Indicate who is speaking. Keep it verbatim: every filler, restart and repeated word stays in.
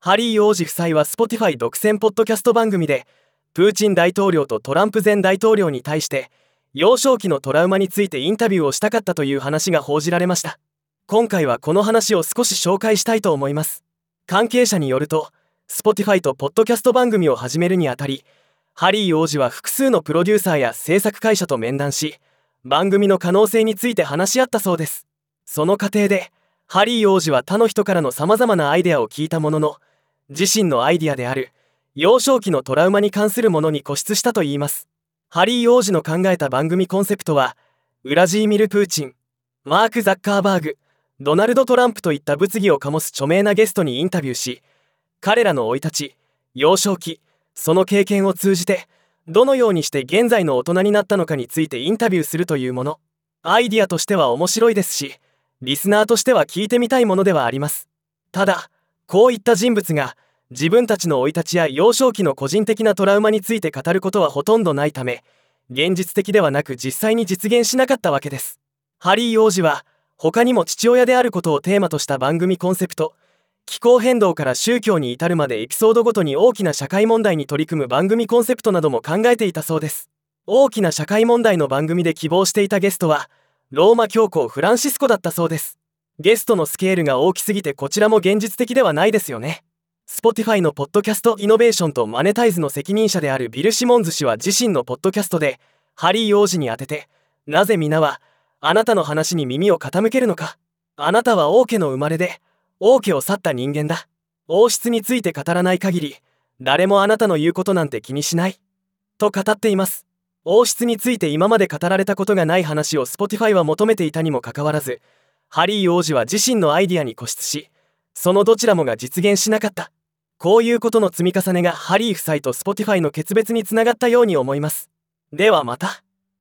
Speaker 1: ハリー王子夫妻は Spotify 独占ポッドキャスト番組でプーチン大統領とトランプ前大統領に対して幼少期のトラウマについてインタビューをしたかったという話が報じられました。今回はこの話を少し紹介したいと思います。関係者によると Spotify とポッドキャスト番組を始めるにあたり、ハリー王子は複数のプロデューサーや制作会社と面談し、番組の可能性について話し合ったそうです。その過程でハリー王子は他の人からのさまざまなアイデアを聞いたものの、自身のアイデアである幼少期のトラウマに関するものに固執したといいます。ハリー王子の考えた番組コンセプトは、ウラジーミル・プーチン、マーク・ザッカーバーグ、ドナルド・トランプといった物議を醸す著名なゲストにインタビューし、彼らの生い立ち、幼少期、その経験を通じてどのようにして現在の大人になったのかについてインタビューするというもの。アイディアとしては面白いですし、リスナーとしては聞いてみたいものではあります。ただ、こういった人物が自分たちの生い立ちや幼少期の個人的なトラウマについて語ることはほとんどないため、現実的ではなく実際に実現しなかったわけです。ハリー王子は他にも父親であることをテーマとした番組コンセプト、気候変動から宗教に至るまでエピソードごとに大きな社会問題に取り組む番組コンセプトなども考えていたそうです。大きな社会問題の番組で希望していたゲストはローマ教皇フランシスコだったそうです。ゲストのスケールが大きすぎてこちらも現実的ではないですよね。Spotify のポッドキャストイノベーションとマネタイズの責任者であるビル・シモンズ氏は自身のポッドキャストでハリー王子に宛てて、なぜ皆はあなたの話に耳を傾けるのか。あなたは王家の生まれで王家を去った人間だ。王室について語らない限り誰もあなたの言うことなんて気にしないと語っています。王室について今まで語られたことがない話を Spotify は求めていたにもかかわらず、ハリー王子は自身のアイディアに固執し、そのどちらもが実現しなかった。こういうことの積み重ねがハリー夫妻と Spotify の決別につながったように思います。ではまた。